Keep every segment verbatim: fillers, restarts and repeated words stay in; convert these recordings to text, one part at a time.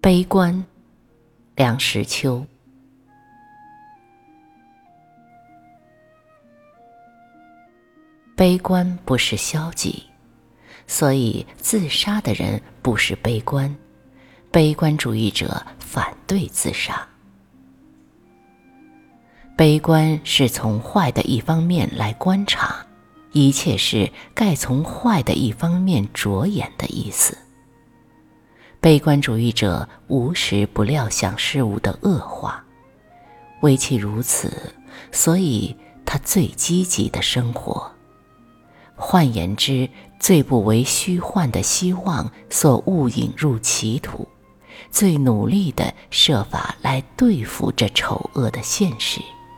悲观，梁实秋。悲观不是消极，所以自杀的人不是悲观，悲观主义者反对自杀。悲观是从坏的一方面来观察，一切事盖从坏的一方面着眼的意思。悲观主义者无时不料想事物的恶化，唯其如此，所以他最积极的生活。换言之，最不为虚幻的希望所误引入歧途，最努力地设法来对付这丑恶的现实。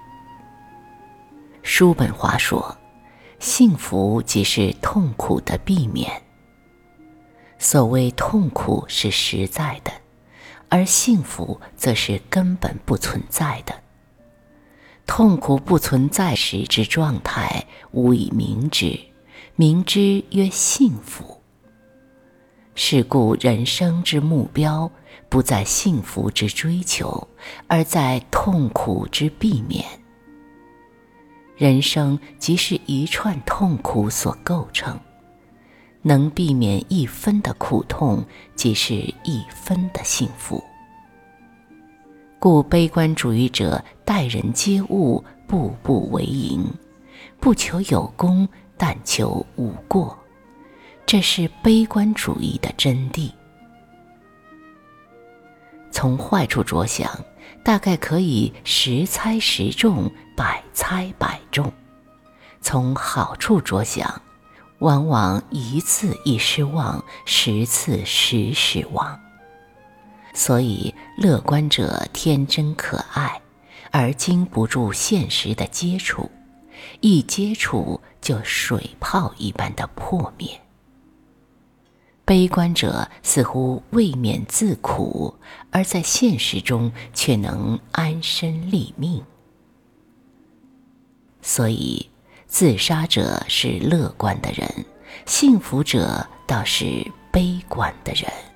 叔本华说，幸福即是痛苦的避免。所谓痛苦是实在的，而幸福则是根本不存在的。痛苦不存在时之状态，无以明之，明之曰幸福。是故人生之目标，不在幸福之追求，而在痛苦之避免。人生即是一串痛苦所构成，能避免一分的苦痛，即是一分的幸福。故悲观主义者待人接物，步步为营，不求有功，但求无过，这是悲观主义的真谛。从坏处着想，大概可以十猜十中，百猜百中；从好处着想，往往一次一失望，十次十失望。所以乐观者天真可爱，而经不住现实的接触，一接触就水泡一般的破灭。悲观者似乎未免自苦，而在现实中却能安身立命。所以自杀者是乐观的人，幸福者倒是悲观的人。